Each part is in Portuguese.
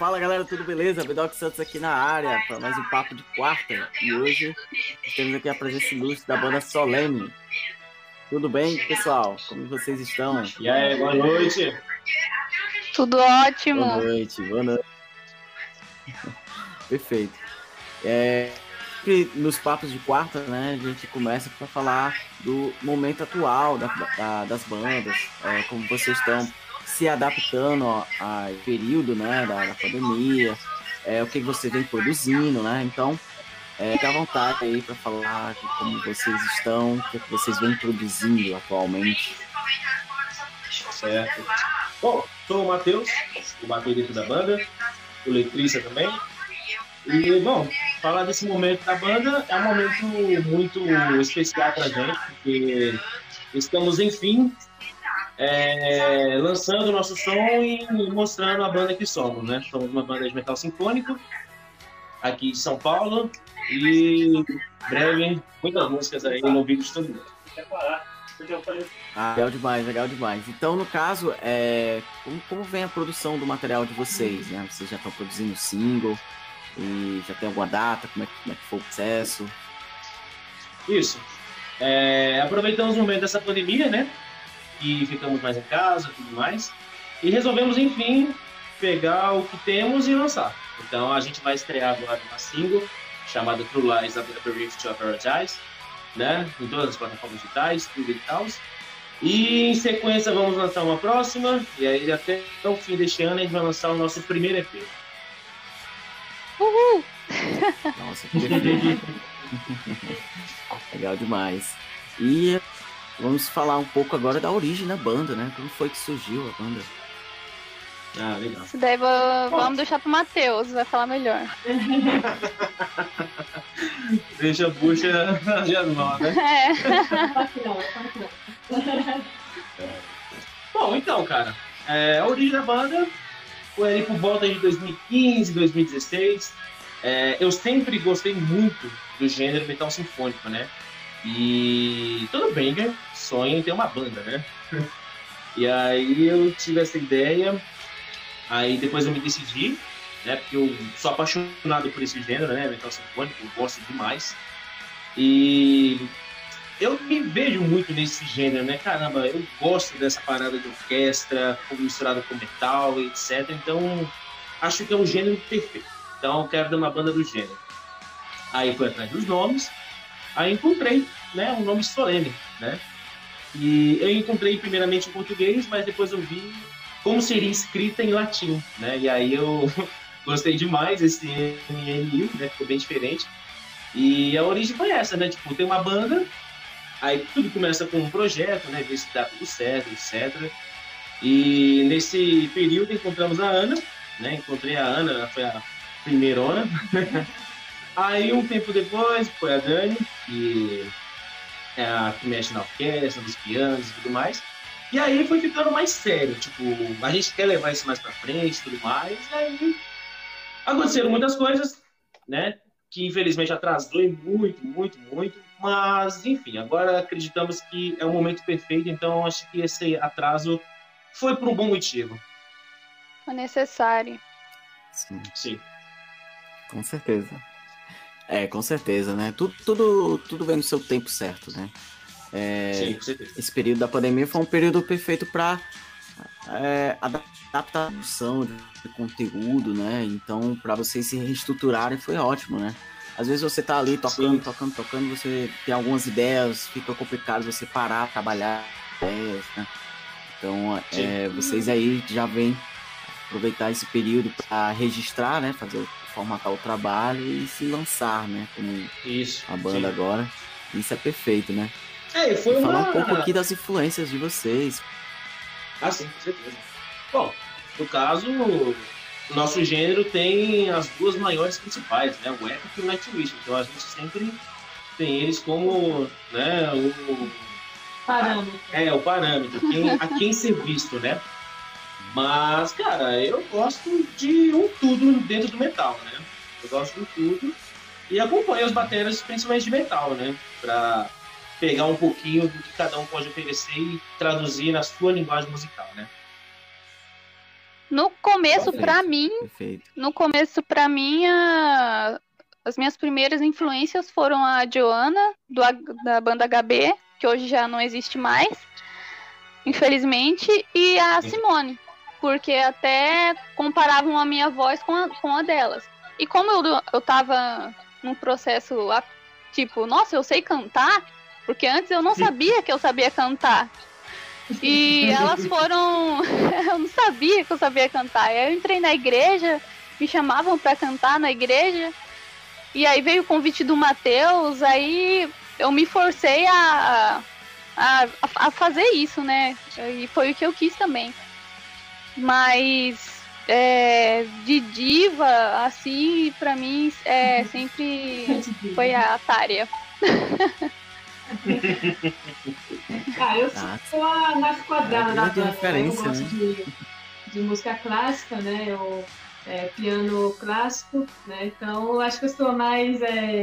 Fala galera, tudo beleza? Bedoc Santos aqui na área para mais um papo de quarta. E hoje temos aqui a presença ilustre da banda Solene. Tudo bem, pessoal? Como vocês estão? E aí, boa noite. Tudo ótimo. Boa noite. Perfeito. Nos papos de quarta, né, a gente começa para falar do momento atual das bandas, como vocês estão se adaptando ao período, né, da pandemia, o que você vem produzindo, né? Então, fique à vontade aí para falar de como vocês estão, o que vocês vêm produzindo atualmente. Certo. Bom, sou o Matheus, o baterista da banda, o letrista também. E, bom, falar desse momento da banda é um momento muito especial pra gente, porque estamos, enfim, lançando o nosso som e mostrando a banda que somos, né? Somos uma banda de metal sinfônico aqui de São Paulo e breve muitas músicas aí no ouvido de todo mundo. Legal demais. Então, no caso, como vem a produção do material de vocês, né? Vocês já estão produzindo single e já tem alguma data? Como é que foi o processo? Isso. Aproveitamos o momento dessa pandemia, né? E ficamos mais em casa, tudo mais. E resolvemos, enfim, pegar o que temos e lançar. Então, a gente vai estrear agora uma single chamada True Lies of the Rift of Paradise, né? Em todas as plataformas digitais, tudo e tal. E em sequência vamos lançar uma próxima. E aí até o fim deste ano a gente vai lançar o nosso primeiro EP. Uhul! Nossa, que perfeito. Legal demais. E vamos falar um pouco agora da origem da banda, né? Como foi que surgiu a banda? Ah, legal. Isso daí vamos deixar pro Matheus, vai falar melhor. Deixa a bucha já não, né? Bom, então, cara, a origem da banda foi ali por volta de 2015, 2016. Eu sempre gostei muito do gênero metal sinfônico, né? E todo banger sonha em ter uma banda, né? E aí eu tive essa ideia, aí depois eu me decidi, né? Porque eu sou apaixonado por esse gênero, né? Metal sinfônico, eu gosto demais. E eu me vejo muito nesse gênero, né? Caramba, eu gosto dessa parada de orquestra, misturada com metal, etc. Então, acho que é um gênero perfeito. Então, eu quero dar uma banda do gênero. Aí fui atrás dos nomes, aí encontrei, né, o nome Solene, né? E eu encontrei primeiramente em português, mas depois eu vi como seria escrita em latim, né? E aí eu gostei demais desse NNU, né? Ficou bem diferente. E a origem foi essa, né? Tipo, tem uma banda, aí tudo começa com um projeto, né? Ver se dá tudo certo, etc. E nesse período encontramos a Ana, né? Encontrei a Ana, ela foi a primeirona. Aí um tempo depois foi a Dani, que é a que mexe na orquestra, nos pianos e tudo mais. E aí foi ficando mais sério, tipo, a gente quer levar isso mais pra frente e tudo mais. E aí aconteceram muitas coisas, né? Que infelizmente atrasou muito. Mas, enfim, agora acreditamos que é o momento perfeito, então acho que esse atraso foi por um bom motivo. Foi necessário. Sim. Com certeza. Com certeza, né? Tudo vem no seu tempo certo, né? Sim, com certeza. Esse período da pandemia foi um período perfeito para adaptar a produção de conteúdo, né? Então, para vocês se reestruturarem foi ótimo, né? Às vezes você tá ali tocando, você tem algumas ideias, fica complicado você parar, trabalhar ideias, né? Então, vocês aí já vêm aproveitar esse período para registrar, né? Formatar o trabalho e se lançar, né? Como a banda agora. Isso é perfeito, né? E foi falar um pouco aqui das influências de vocês. Ah, sim, com certeza. Bom, no caso, o nosso gênero tem as duas maiores principais, né? O Epic e o Nightwish. Então a gente sempre tem eles como, né, o parâmetro. O parâmetro, a quem ser visto, né? Mas, cara, eu gosto de tudo dentro do metal, né? Eu gosto de tudo e acompanho os bateras, principalmente de metal, né? Pra pegar um pouquinho do que cada um pode oferecer e traduzir na sua linguagem musical, né? No começo, Perfeito, pra mim, perfeito. as minhas primeiras influências foram a Joana, da banda HB, que hoje já não existe mais, infelizmente, e a Simone, porque até comparavam a minha voz com a delas. E como eu tava num processo, tipo, nossa, eu sei cantar, porque antes eu não sabia que eu sabia cantar. E elas foram... eu não sabia que eu sabia cantar. Eu entrei na igreja, me chamavam pra cantar na igreja, e aí veio o convite do Matheus, aí eu me forcei a fazer isso, né? E foi o que eu quis também. Mas de diva, assim, pra mim, sempre foi a Tária. Eu sou a mais quadrada da banda. Referência, eu gosto, né? de música clássica, né? Piano clássico, né? Então eu acho que eu sou a mais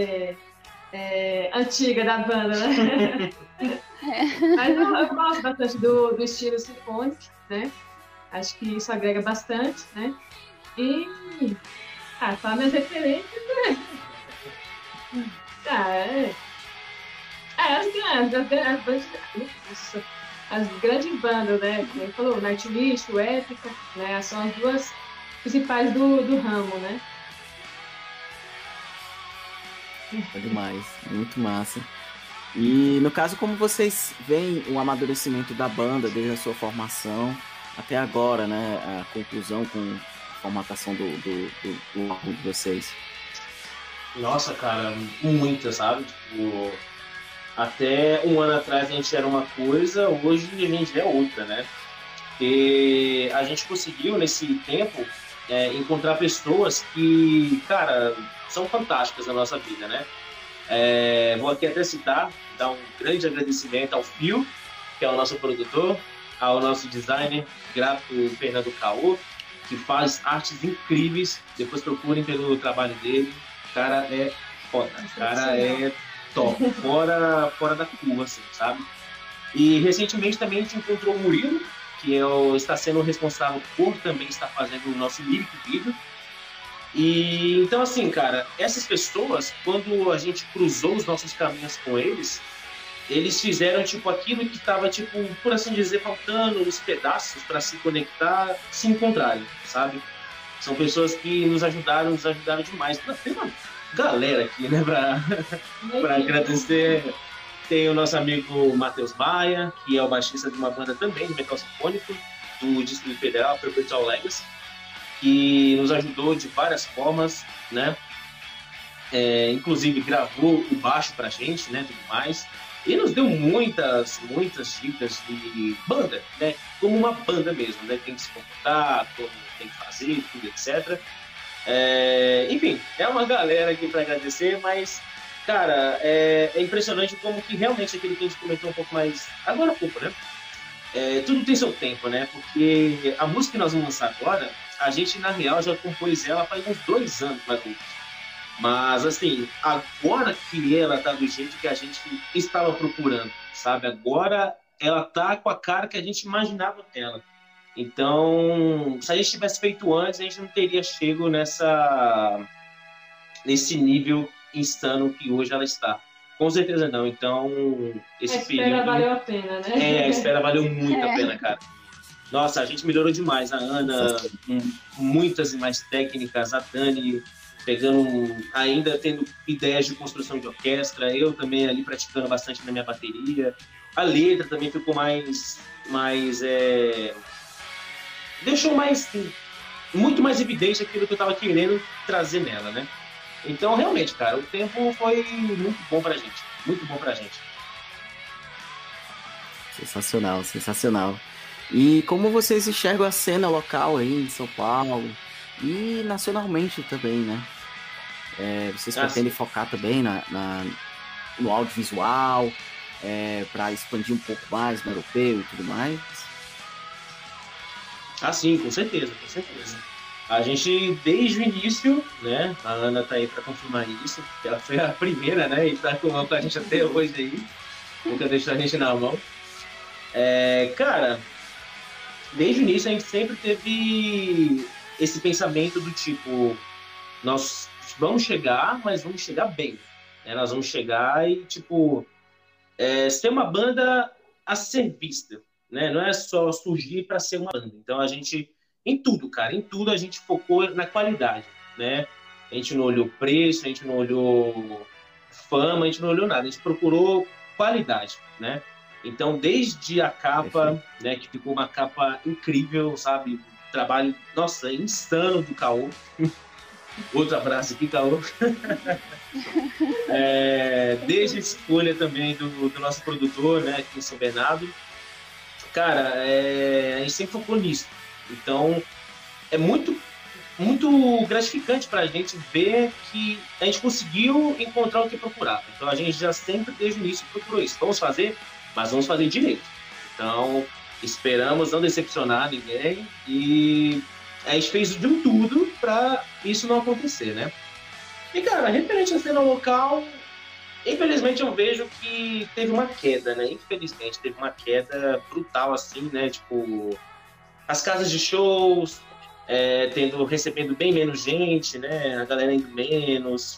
antiga da banda, né? Mas eu gosto bastante do estilo sinfônico, né? Acho que isso agrega bastante, né? E para minhas referências, né? As grandes bandas, né? Como ele falou, Nightwish, o Épica, né? São as duas principais do ramo, né? É demais, muito massa. E no caso, como vocês veem o amadurecimento da banda desde a sua formação até agora, né? A conclusão com a formatação do álbum de vocês? Nossa, cara, muita, sabe? Tipo, até um ano atrás a gente era uma coisa, hoje a gente é outra, né? E a gente conseguiu, nesse tempo, encontrar pessoas que, cara, são fantásticas na nossa vida, né? Vou aqui até citar, dar um grande agradecimento ao Fio, que é o nosso produtor, ao nosso designer gráfico Fernando Caô, que faz artes incríveis. Depois procurem pelo trabalho dele. O cara é foda, o cara é top, fora da curva, assim, sabe? E recentemente também a gente encontrou o Murilo, que está sendo o responsável por também estar fazendo o nosso lyric video. E então, assim, cara, essas pessoas, quando a gente cruzou os nossos caminhos com eles fizeram, tipo, aquilo que estava, tipo, por assim dizer, faltando os pedaços para se conectar, se encontrarem, sabe? São pessoas que nos ajudaram demais. Tem uma galera aqui, né, para agradecer. Tem o nosso amigo Matheus Maia, que é o baixista de uma banda também de metal sinfônico, do Distrito Federal, Perpetual Legacy, que nos ajudou de várias formas, né? Inclusive gravou o baixo pra gente, né, tudo mais. E nos deu muitas dicas de banda, né? Como uma banda mesmo, né? Tem que se comportar, como tem que fazer, tudo, etc. Enfim, é uma galera aqui para agradecer, mas, cara, é impressionante como que realmente aquilo que a gente comentou um pouco mais agora há pouco, né? Tudo tem seu tempo, né? Porque a música que nós vamos lançar agora, a gente, na real, já compôs ela faz uns 2 anos, mais ou menos. Mas, assim, agora que ela tá do jeito que a gente estava procurando, sabe? Agora ela tá com a cara que a gente imaginava dela. Então, se a gente tivesse feito antes, a gente não teria chego nesse nível insano que hoje ela está. Com certeza não. Então, esse período... A espera valeu a pena, né? A espera valeu muito a pena, cara. Nossa, a gente melhorou demais. A Ana, com muitas e mais técnicas, a Dani... ainda tendo ideias de construção de orquestra, eu também ali praticando bastante na minha bateria. A letra também ficou deixou muito mais evidente aquilo que eu estava querendo trazer nela, né? Então, realmente, cara, o tempo foi muito bom pra gente. Muito bom pra gente. Sensacional, sensacional. E como vocês enxergam a cena local aí em São Paulo? E nacionalmente também, né? Vocês pretendem focar também no audiovisual, para expandir um pouco mais no europeu e tudo mais? Sim, com certeza, com certeza. A gente, desde o início, né? A Ana tá aí para confirmar isso. Ela foi a primeira, né? E tá com a gente até hoje aí. Nunca deixou a gente na mão. Cara, desde o início a gente sempre teve esse pensamento do tipo, nós vamos chegar, mas vamos chegar bem, né? Nós vamos chegar e, tipo, ser uma banda a ser vista, né? Não é só surgir para ser uma banda. Então a gente, em tudo, cara, em tudo a gente focou na qualidade, né? A gente não olhou preço, a gente não olhou fama, a gente não olhou nada. A gente procurou qualidade, né? Então, desde a capa, né, que ficou uma capa incrível, sabe? Trabalho, nossa, insano do Caô. Outro abraço aqui, Caô. Desde a escolha também do nosso produtor, né, aqui em São Bernardo. Cara, a gente sempre focou nisso. Então, é muito, muito gratificante para a gente ver que a gente conseguiu encontrar o que procurava. Então, a gente já sempre, desde o início, procurou isso. Vamos fazer, mas vamos fazer direito. Então, esperamos não decepcionar ninguém e a gente fez de um tudo para isso não acontecer, né? E, cara, referente à cena local, infelizmente eu vejo que teve uma queda, né? Infelizmente, teve uma queda brutal, assim, né? Tipo, as casas de shows recebendo bem menos gente, né? A galera indo menos.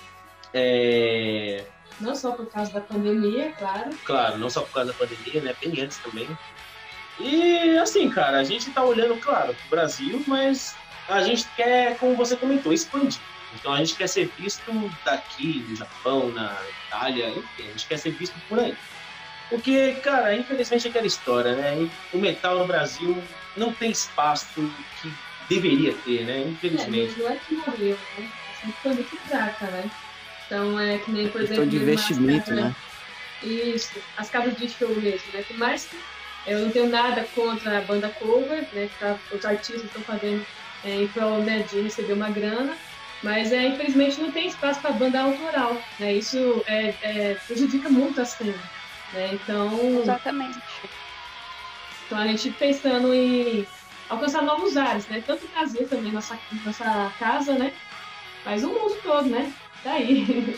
Não só por causa da pandemia, claro. Claro, não só por causa da pandemia, né? Bem antes também. E, assim, cara, a gente tá olhando, claro, pro Brasil, mas a gente quer, como você comentou, expandir. Então a gente quer ser visto daqui, no Japão, na Itália, enfim, a gente quer ser visto por aí. Porque, cara, infelizmente é aquela história, né? O metal no Brasil não tem espaço que deveria ter, né? Infelizmente. Não é que morreu, né? Assim, foi muito fraca, né? Então é que nem, por exemplo... Questão de investimento, né? Isso, as casas de show mesmo, né? Por mais que eu não tenho nada contra a banda cover, né? Que os artistas estão fazendo em prol, né, de receber uma grana, mas infelizmente não tem espaço para banda autoral, né? Isso prejudica muito a cena, né? Então, Exatamente. Então a gente pensando em alcançar novos ares, né? Tanto trazer também nossa casa, né? Mas o mundo todo, né? Daí.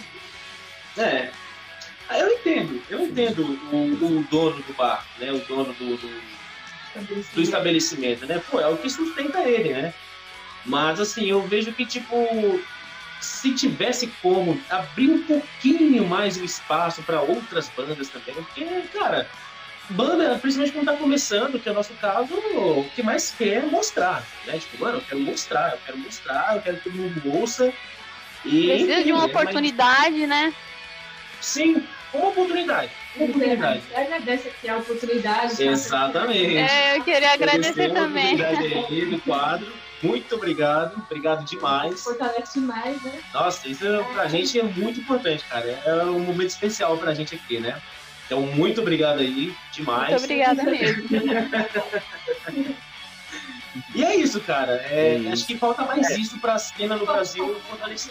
Eu entendo o dono do bar, né? O dono do estabelecimento, né? Pô, é o que sustenta ele, né? Mas, assim, eu vejo que, tipo, se tivesse como abrir um pouquinho mais o espaço para outras bandas também, porque, cara, banda, principalmente quando tá começando, que é o nosso caso, o que mais quer é mostrar, né? Tipo, mano, eu quero mostrar, eu quero que todo mundo ouça. E, precisa de uma oportunidade, né? Sim, uma oportunidade. Você agradece aqui a oportunidade. Exatamente. Eu queria agradecer também. Aí do quadro. Muito obrigado demais. Fortalece demais, né? Nossa, isso pra gente é muito importante, cara. É um momento especial pra gente aqui, né? Então, muito obrigado aí, demais. Muito obrigada mesmo. E é isso, cara. Acho que falta mais isso pra cena no Brasil fortalecer.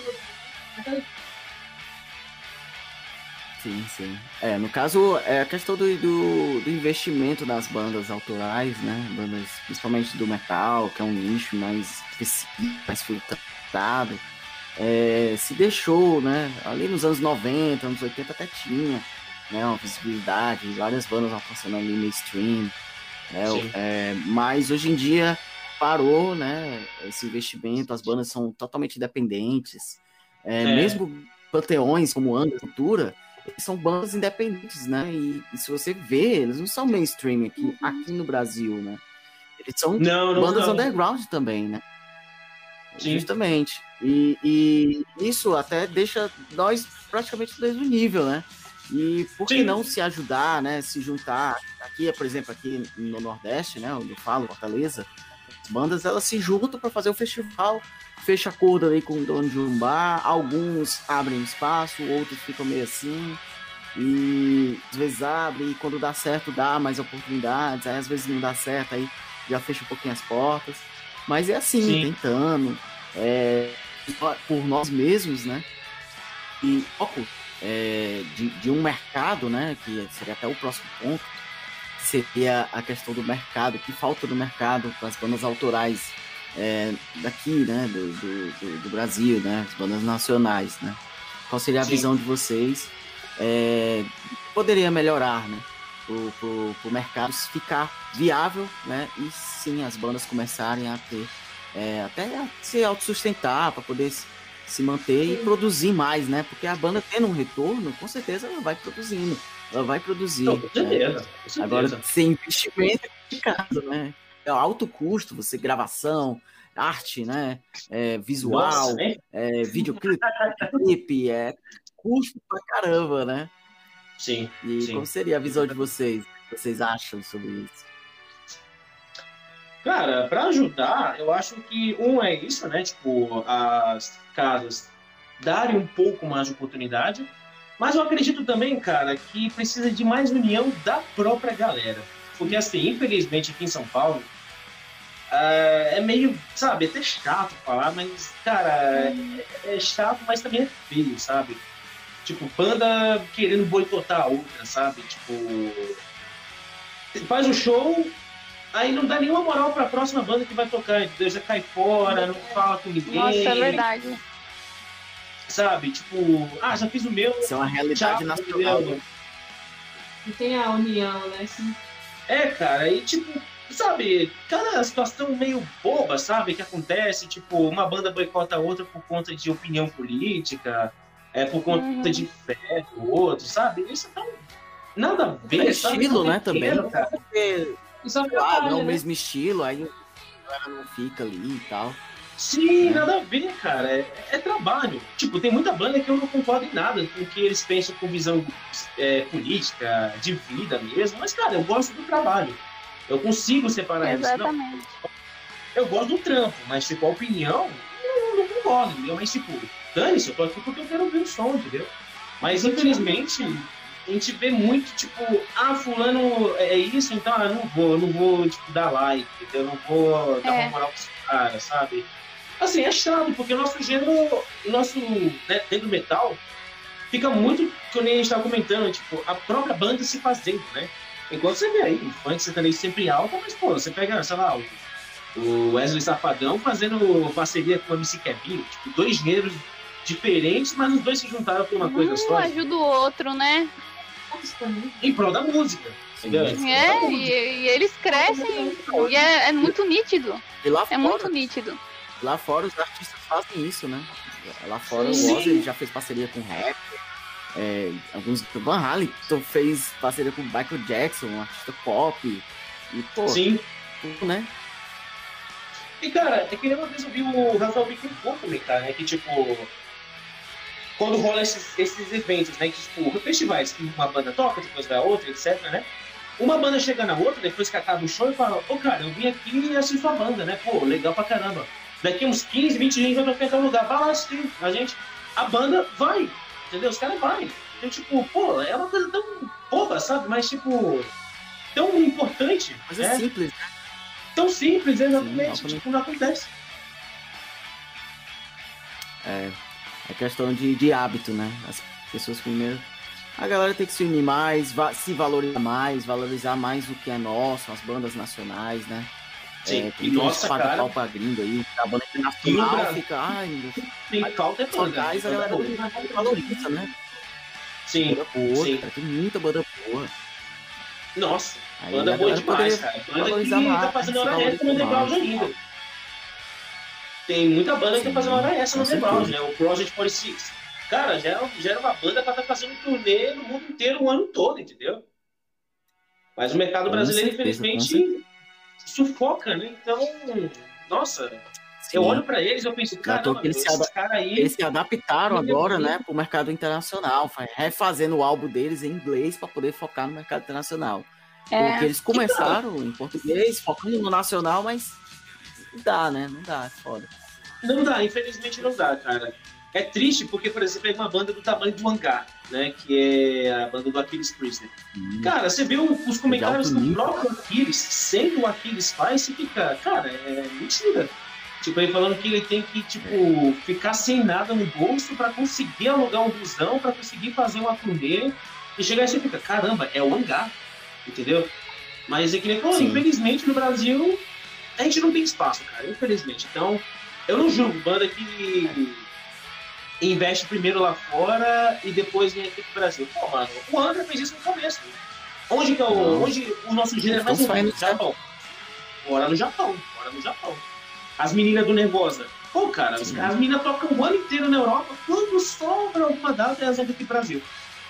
Sim. No caso, é a questão do investimento nas bandas autorais, né? Bandas, principalmente do metal, que é um nicho mais específico, mais filtrado. Se deixou, né? Ali nos anos 90, anos 80 até tinha, né? Uma visibilidade, várias bandas alcançando ali mainstream, né? Mas hoje em dia parou, né? Esse investimento, as bandas são totalmente independentes. Mesmo panteões como Angra, Cultura, são bandas independentes, né? E se você vê, eles não são mainstream aqui no Brasil, né? Eles são bandas underground também, né? Sim. Justamente. E isso até deixa nós praticamente no mesmo nível, né? E por que não se ajudar, né? Se juntar. Aqui, por exemplo, aqui no Nordeste, né? Onde eu falo, Fortaleza, as bandas elas se juntam para fazer o festival, fecha acordo ali com o dono de um bar, alguns abrem espaço, outros ficam meio assim, e às vezes abre, e quando dá certo dá mais oportunidades, aí às vezes não dá certo, aí já fecha um pouquinho as portas, mas é assim, tentando, por nós mesmos, né, e foco de um mercado, né, que seria até o próximo ponto, seria a questão do mercado, que falta do mercado para as bandas autorais daqui, né, do Brasil, né, as bandas nacionais, né? Qual seria a visão de vocês? Poderia melhorar, né? pro mercado ficar viável, né? E sim, as bandas começarem a ter até a se autossustentar para poder se manter e produzir mais, né? Porque a banda tendo um retorno, com certeza ela vai produzindo. Ela vai produzir. Com certeza, né? com certeza. Agora, sem investimento é complicado, né? É alto custo, você gravação, arte, né? Visual, Nossa, né? videoclipe, custo pra caramba, né? Sim. E sim. como seria a visão de vocês? O que vocês acham sobre isso? Cara, para ajudar, eu acho que é isso, né? Tipo, as casas darem um pouco mais de oportunidade, mas eu acredito também, cara, que precisa de mais união da própria galera. Porque, assim, infelizmente aqui em São Paulo, é meio, sabe, até chato falar, mas, cara, é chato, mas também é feio, sabe? Tipo, banda querendo boicotar a outra, sabe? Tipo, faz o show, aí não dá nenhuma moral pra próxima banda que vai tocar, entendeu? Já cai fora, não fala com ninguém. Nossa, é verdade. Sabe? Tipo, já fiz o meu. Isso é uma realidade nacional. E tem a união, né? Assim. Cara, e tipo, sabe, cada situação meio boba, sabe, que acontece, tipo, uma banda boicota a outra por conta de opinião política, por conta de fé do outro, sabe? Isso não nada a ver, estilo, né, também. Porque, não é o mesmo estilo, aí a galera não fica ali e tal. Sim, nada a ver, cara. É trabalho. Tipo, tem muita banda que eu não concordo em nada com o que eles pensam com visão política, de vida mesmo. Mas, cara, eu gosto do trabalho. Eu consigo separar isso. Exatamente. Eu gosto do trampo, mas, tipo, a opinião, eu não concordo, entendeu? Mas, tipo, dane-se, eu tô aqui porque eu quero ouvir o som, entendeu? Mas, infelizmente, a gente vê muito, tipo, fulano é isso, então eu não vou, tipo, dar like, entendeu? Eu não vou dar uma moral pros caras, sabe? Assim, é chato, porque o nosso gênero, né, dentro do metal, fica muito, como a gente estava comentando, tipo, a própria banda se fazendo, né? Enquanto você vê aí, o funk sertanejo sempre alto, mas, pô, você pega, sei lá, o Wesley Safadão fazendo parceria com o MC Kevin, tipo, 2 gêneros diferentes, mas os dois se juntaram por uma coisa só. Um ajuda o outro, né? Em prol da música. Entendeu? E eles crescem e é muito nítido. E lá fora, muito nítido. Lá fora os artistas fazem isso, né? Lá fora Sim. o Ozzy já fez parceria com rap. Alguns Van Halen fez parceria com Michael Jackson, um artista pop. E, pô, sim, né? E, cara, é que uma vez eu vi o Rafael Bittencourt também, cara, né? Que, tipo, quando rola esses eventos, né? Que, tipo, festivais que uma banda toca, depois vai a outra, etc, né? Uma banda chega na outra, depois que acaba o show, e fala, cara, eu vim aqui e assisti sua banda, né? Pô, legal pra caramba. Daqui uns 15, 20 dias vai tocar em tal lugar. Vai lá assistir. A banda vai, entendeu? Os caras vai. Então, tipo, pô, é uma coisa tão boba, sabe? Mas, tipo, tão importante. Mas é simples, né? Tão simples, exatamente. Sim, tipo, não acontece. É questão de hábito, né? As pessoas primeiro... A galera tem que se unir mais, se valorizar mais o que é nosso, as bandas nacionais, né? Sim, tem nossa, cara... pau pra gringo aí, a banda internacional fica... Ai, meu Deus. Tem falta de banda. A galera valoriza, né? Sim, banda boa, sim. Cara, tem muita banda boa. Nossa, aí banda boa demais, cara. Banda que tá fazendo hora extra no Underground ainda. Tem muita banda que tá fazendo hora extra no Underground, né? O Project 46. Cara, já era uma banda pra estar fazendo turnê no mundo inteiro o ano todo, entendeu? Mas o mercado brasileiro, infelizmente, sufoca, né? Então, nossa, sim. Eu olho pra eles e eu penso, caramba, esses caras aí... Eles se adaptaram agora, né, pro mercado internacional, refazendo o álbum deles em inglês pra poder focar no mercado internacional. Porque eles começaram em português, focando no nacional, mas não dá, né? Não dá, é foda. Não dá, infelizmente não dá, cara. É triste porque, por exemplo, é uma banda do tamanho do Hangar, né? Que é a banda do Aquiles Priester. Cara, você vê os comentários do próprio Aquiles, sendo o Aquiles faz, você fica, cara, é mentira. Tipo, ele falando que ele tem que, tipo, ficar sem nada no bolso pra conseguir alugar um busão, pra conseguir fazer uma turnê. E chegar e você fica, caramba, é o Hangar, entendeu? Mas é que nem falou, infelizmente no Brasil a gente não tem espaço, cara, infelizmente. Então, eu não julgo banda que investe primeiro lá fora e depois vem aqui pro Brasil. Pô, mano, o Angra fez isso no começo. Onde que é Não. onde o nosso gênero é mais Estão ouvido? saindo, Japão. Bora no Japão. As meninas do Nervosa. Pô, cara, as meninas tocam o ano inteiro na Europa, quando sobra alguma data, elas vêm aqui pro Brasil.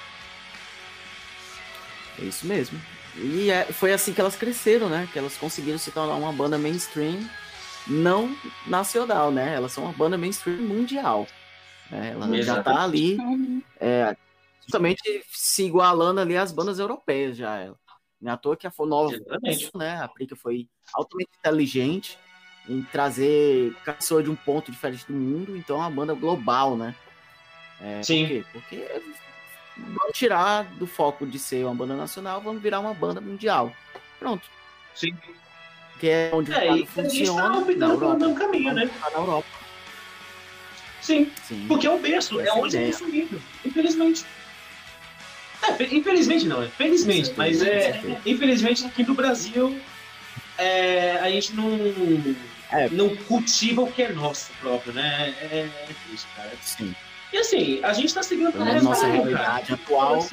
É isso mesmo. E foi assim que elas cresceram, né? Que elas conseguiram se tornar uma banda mainstream, não nacional, né? Elas são uma banda mainstream mundial. Né? Ela já tá ali, justamente se igualando ali às bandas europeias já. Não é à toa que a nova, né? A Prica foi altamente inteligente em trazer pessoa de um ponto diferente do mundo, então é uma banda global, né? Sim. Por quê? Porque vamos tirar do foco de ser uma banda nacional, vamos virar uma banda mundial. Pronto. Sim. Que é onde o mercado funciona. A gente tá pelo mesmo caminho, né? Na Europa. Sim. Porque é o berço, é onde é consumido. Infelizmente. Infelizmente não, felizmente, mas infelizmente aqui no Brasil a gente não cultiva o que é nosso próprio, né? É triste, cara. Sim. E assim, a gente tá seguindo pelo menos nossa realidade atual.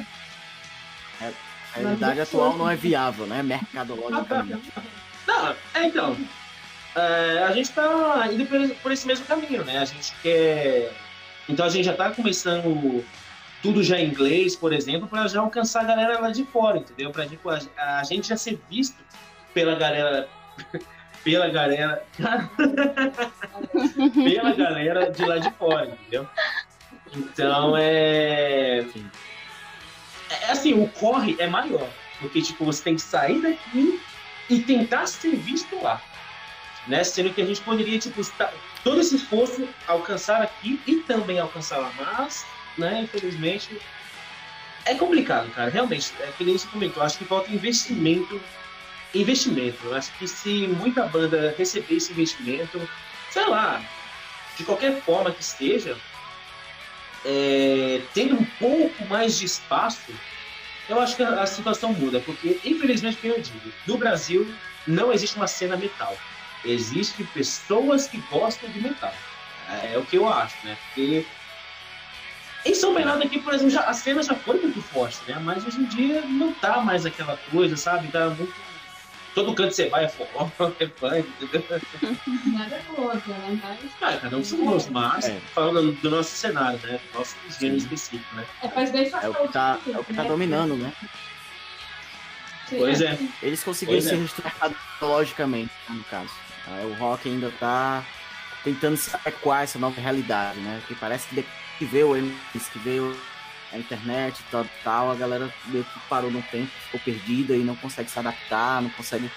A realidade atual não é viável, né? Mercadologicamente. Não, então. A gente tá indo por esse mesmo caminho, né? A gente quer. Então a gente já tá começando tudo já em inglês, por exemplo, para já alcançar a galera lá de fora, entendeu? Pra a gente já ser visto pela galera. pela galera de lá de fora, entendeu? Então assim, o corre é maior, porque tipo, você tem que sair daqui e tentar ser visto lá, né? Sendo que a gente poderia tipo, todo esse esforço alcançar aqui e também alcançar lá, mas, né, infelizmente é complicado, cara, realmente, que nem você comentou, acho que falta investimento. Eu acho que se muita banda receber esse investimento, sei lá, de qualquer forma que esteja, tendo um pouco mais de espaço, eu acho que a situação muda, porque infelizmente, como eu digo, no Brasil não existe uma cena metal, existem pessoas que gostam de metal, é o que eu acho, né? Porque em São Bernardo aqui, por exemplo, a cena já foi muito forte, né? Mas hoje em dia não tá mais aquela coisa, sabe? Tá muito. Todo canto você vai é forró, é funk, entendeu? Nada contra, né? Mas... cada um sem gosto, mas falando do nosso cenário, né? Do nosso gênero específico, né? Faz bem o que tá dominando, né? Sim, pois é. Eles conseguiram se registrar logicamente, no caso. O rock ainda tá tentando se adequar a essa nova realidade, né? Porque parece que veio a internet e tal, a galera meio que parou no tempo, ficou perdida e não consegue se adaptar, não consegue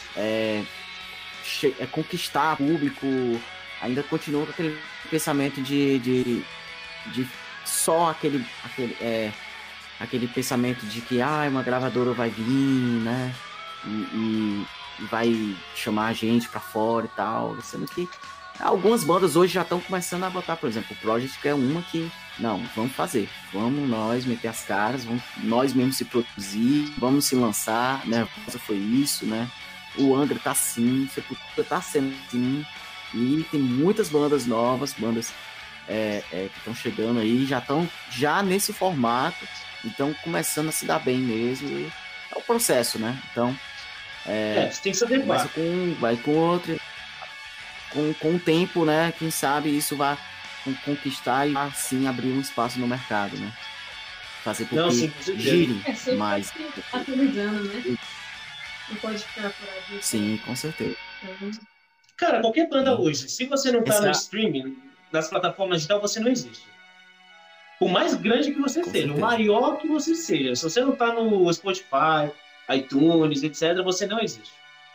conquistar público, ainda continua com aquele pensamento de só aquele pensamento de que uma gravadora vai vir, né, e vai chamar a gente pra fora e tal, sendo que algumas bandas hoje já estão começando a botar, por exemplo, o Project, que é uma que não, vamos fazer, vamos nós meter as caras, vamos nós mesmos se produzir, vamos se lançar, né? Foi isso, né? O Angra tá assim, Sepultura tá sendo assim, e tem muitas bandas novas, bandas que estão chegando aí, já estão nesse formato, então começando a se dar bem mesmo, e é o processo, né? Então, você tem que saber vai com outro, com o tempo, né? Quem sabe isso vai conquistar e assim abrir um espaço no mercado, né? Fazer com que gire mais. Atualizando, né? Não pode ficar por aí. Sim, com certeza. Cara, qualquer banda hoje, se você não tá no streaming, nas plataformas digitais, você não existe. Por mais grande que você seja, o maior que você seja, se você não tá no Spotify, iTunes, etc., você não existe.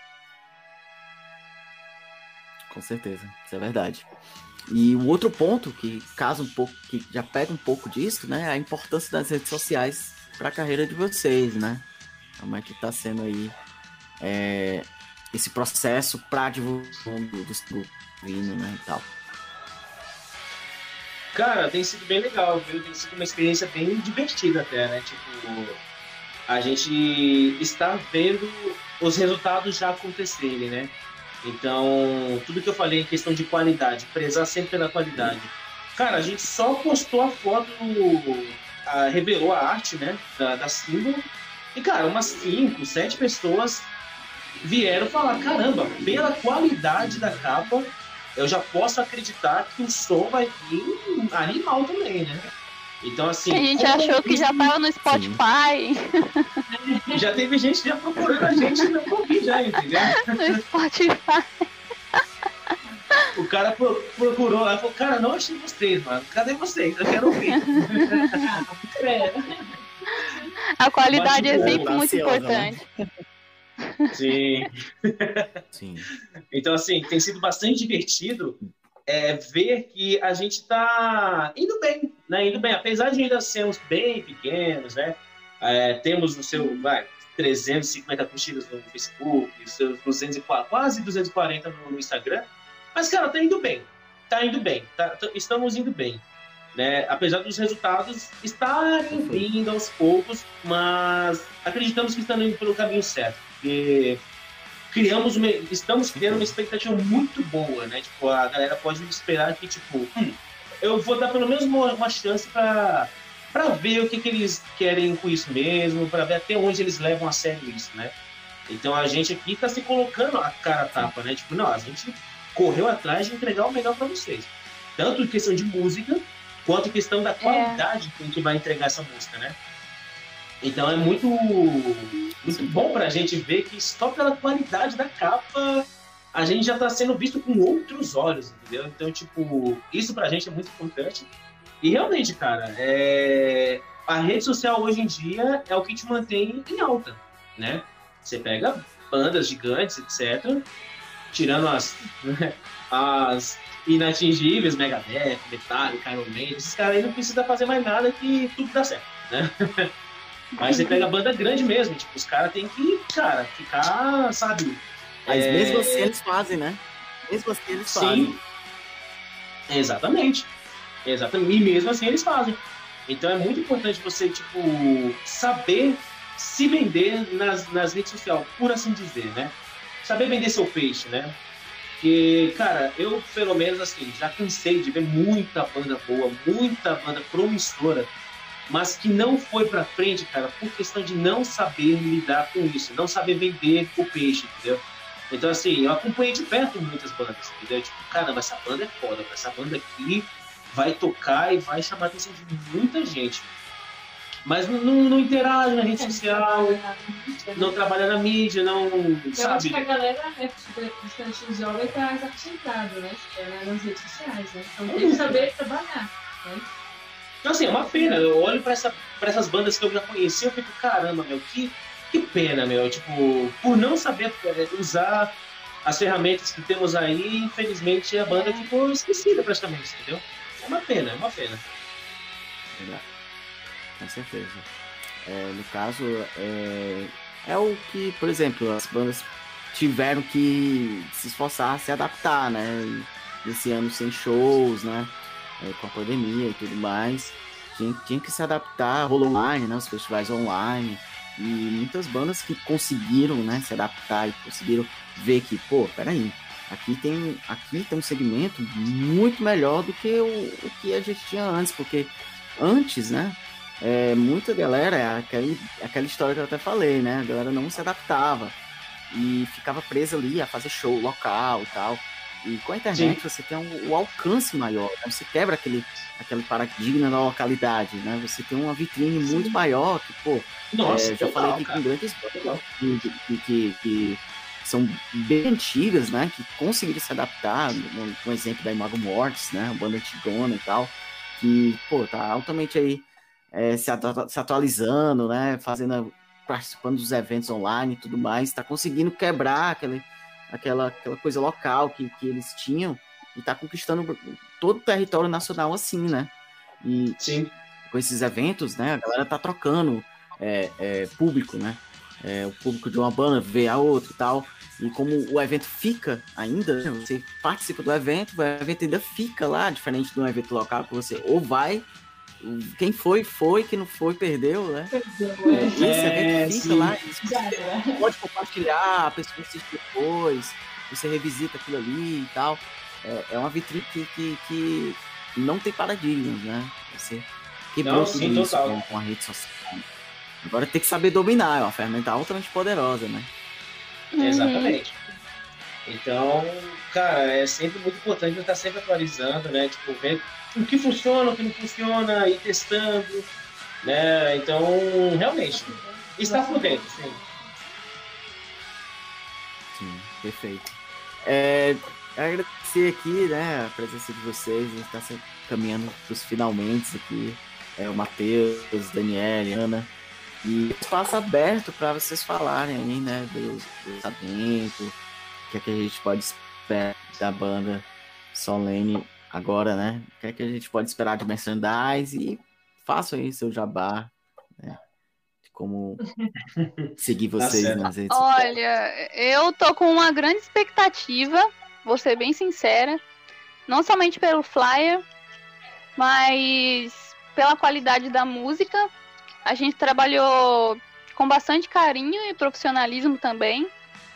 Com certeza, isso é verdade. E o outro ponto que casa um pouco, que já pega um pouco disso, né, é a importância das redes sociais para a carreira de vocês, né? Como é que está sendo aí esse processo para divulgação do vindo, né, e tal? Cara, tem sido bem legal, viu? Tem sido uma experiência bem divertida até, né? Tipo, a gente está vendo os resultados já acontecerem, né? Então, tudo que eu falei em questão de qualidade, prezar sempre pela qualidade. Cara, a gente só postou a foto, revelou a arte, né, da símbolo, E, cara, umas 5, 7 pessoas vieram falar, caramba, pela qualidade da capa, eu já posso acreditar que o som vai vir animal também, né? Então, assim... A gente achou que já tava no Spotify. Já teve gente já procurando a gente e não ouvi já, entendeu? No Spotify. O cara procurou lá e falou, cara, não achei vocês, mano. Cadê vocês? Eu quero ouvir. A qualidade é Mas, sempre muito importante. Sim. Sim. Então, assim, tem sido bastante divertido ver que a gente tá indo bem, né? Indo bem. Apesar de ainda sermos bem pequenos, né? Temos o seu, 350 curtidas no Facebook, seus 240, quase 240 no Instagram. Mas, cara, tá indo bem. Tá indo bem. Estamos indo bem. Né? Apesar dos resultados estarem vindo aos poucos, mas acreditamos que estamos indo pelo caminho certo. Porque estamos criando uma expectativa muito boa, né? Tipo, a galera pode esperar que, tipo, eu vou dar pelo menos uma chance para ver o que eles querem com isso mesmo, para ver até onde eles levam a sério isso, né? Então a gente aqui está se colocando a cara a tapa, né? Tipo, não, a gente correu atrás de entregar o melhor para vocês. Tanto em questão de música, quanto em questão da qualidade que a gente vai entregar essa música, né? Então é muito bom pra gente ver que só pela qualidade da capa a gente já tá sendo visto com outros olhos, entendeu? Então, tipo, isso pra gente é muito importante. E realmente, cara, a rede social hoje em dia é o que te mantém em alta, né? Você pega bandas gigantes, etc., tirando as inatingíveis, Megadeth, Metallica, Iron Maiden, esses caras aí não precisam fazer mais nada que tudo dá certo, né? Mas você pega a banda grande mesmo, tipo, os caras têm que, cara, ficar, sabe... Mas mesmo assim eles fazem, né? Mesmo assim eles fazem. Sim, exatamente. E mesmo assim eles fazem. Então é muito importante você, tipo, saber se vender nas redes sociais, por assim dizer, né? Saber vender seu peixe, né? Porque, cara, eu, pelo menos, assim, já cansei de ver muita banda boa, muita banda promissora, mas que não foi pra frente, cara, por questão de não saber lidar com isso, não saber vender o peixe, entendeu? Então, assim, eu acompanhei de perto muitas bandas, entendeu? Tipo, caramba, essa banda é foda, essa banda aqui vai tocar e vai chamar a atenção de muita gente. Mas não interage na rede social, não trabalha na mídia, não, eu sabe? acho que a galera, principalmente os jovens, tá desapaixonado, né? Nas redes sociais, né? Então tem que saber trabalhar, né? Então, assim, é uma pena. Eu olho pra essas bandas que eu já conheci, eu fico, caramba, meu, que pena, meu. Tipo, por não saber usar as ferramentas que temos aí, infelizmente a banda ficou esquecida praticamente, entendeu? É uma pena, é uma pena. Com certeza. No caso, é o que, por exemplo, as bandas tiveram que se esforçar, se adaptar, né? Esse ano sem shows, né? Com a pandemia e tudo mais. Tinha que se adaptar, rolou online, né? Os festivais online. E muitas bandas que conseguiram, né, se adaptar e conseguiram ver que, pô, peraí, aqui tem um segmento muito melhor do que o que a gente tinha antes, porque antes, né, muita galera, aquela história que eu até falei, né, a galera não se adaptava e ficava presa ali a fazer show local e tal. E com a internet você tem o alcance maior, né? Você quebra aquele paradigma da localidade, né? Você tem uma vitrine muito maior que, pô, nossa, já falei aqui com grandes bandas que são bem antigas, né? Que conseguiram se adaptar, um exemplo da Imago Mortis, né? Uma banda antigona e tal, que, pô, tá altamente aí se atualizando, né? Participando dos eventos online e tudo mais, tá conseguindo quebrar aquela coisa local que eles tinham e tá conquistando todo o território nacional assim, né? E com esses eventos, né, a galera tá trocando público, né? O público de uma banda vê a outra e tal. E como o evento fica ainda, né, você participa do evento, o evento ainda fica lá, diferente de um evento local que você ou vai, quem foi, quem não foi, perdeu, né? Esse evento fica lá, você pode compartilhar, a pessoa assiste depois, você revisita aquilo ali e tal. É uma vitrine que não tem paradigmas, né? Você quebrou tudo isso com a rede social. Agora tem que saber dominar, é uma ferramenta altamente poderosa, né? Exatamente. Então, cara, é sempre muito importante estar sempre atualizando, né? Tipo, ver o que funciona, o que não funciona, ir testando, né? Então, realmente, está por dentro, sim. Sim, perfeito. Agradecer aqui, né, a presença de vocês. A gente está sempre caminhando para os finalmente aqui. O Matheus, Daniele, Ana. E espaço aberto para vocês falarem aí, né, do lançamento, o que é que a gente pode esperar da banda Solene agora, né? O que é que a gente pode esperar de merchandise e façam aí seu jabá, né? De como seguir vocês nas redes sociais. Olha, eu tô com uma grande expectativa, vou ser bem sincera, não somente pelo flyer, mas pela qualidade da música. A gente trabalhou com bastante carinho e profissionalismo também.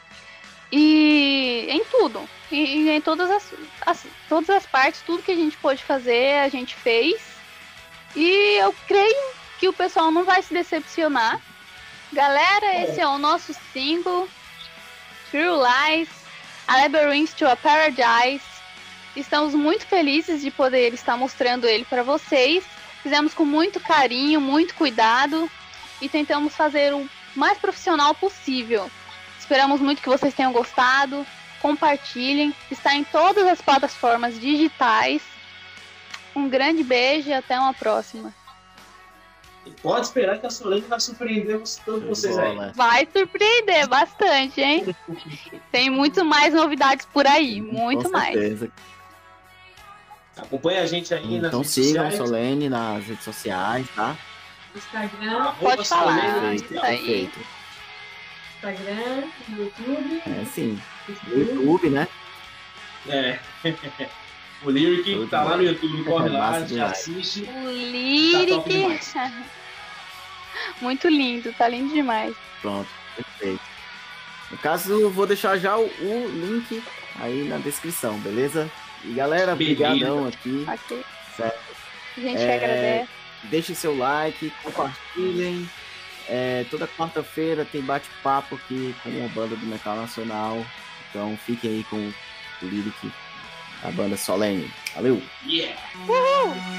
E em tudo. E em todas as partes, tudo que a gente pôde fazer, a gente fez. E eu creio que o pessoal não vai se decepcionar. Galera, esse é o nosso single, True Lies, A Labyrinth to a Paradise. Estamos muito felizes de poder estar mostrando ele para vocês. Fizemos com muito carinho, muito cuidado e tentamos fazer o mais profissional possível. Esperamos muito que vocês tenham gostado. Compartilhem. Está em todas as plataformas digitais. Um grande beijo e até uma próxima. E pode esperar que a Solene vai surpreender todos vocês aí. Vai surpreender bastante, hein? Tem muito mais novidades por aí. Muito mais. Acompanha a gente aí nas então redes sigam sociais. Solene nas redes sociais, tá? Instagram. Pode falar. Perfeito. Instagram, YouTube. Sim. YouTube, né? O Lyric tá lá no YouTube, corre lá, já assiste. O Lyric. Tá muito lindo, tá lindo demais. Pronto, perfeito. No caso, eu vou deixar já o link aí na descrição, beleza? E galera, brigadão aqui. Ok. Certo. A gente agradece. Deixem seu like, compartilhem. Toda quarta-feira tem bate-papo aqui com a banda do metal nacional. Então fiquem aí com o Lyric, a banda Solene. Valeu! Yeah! Uhul!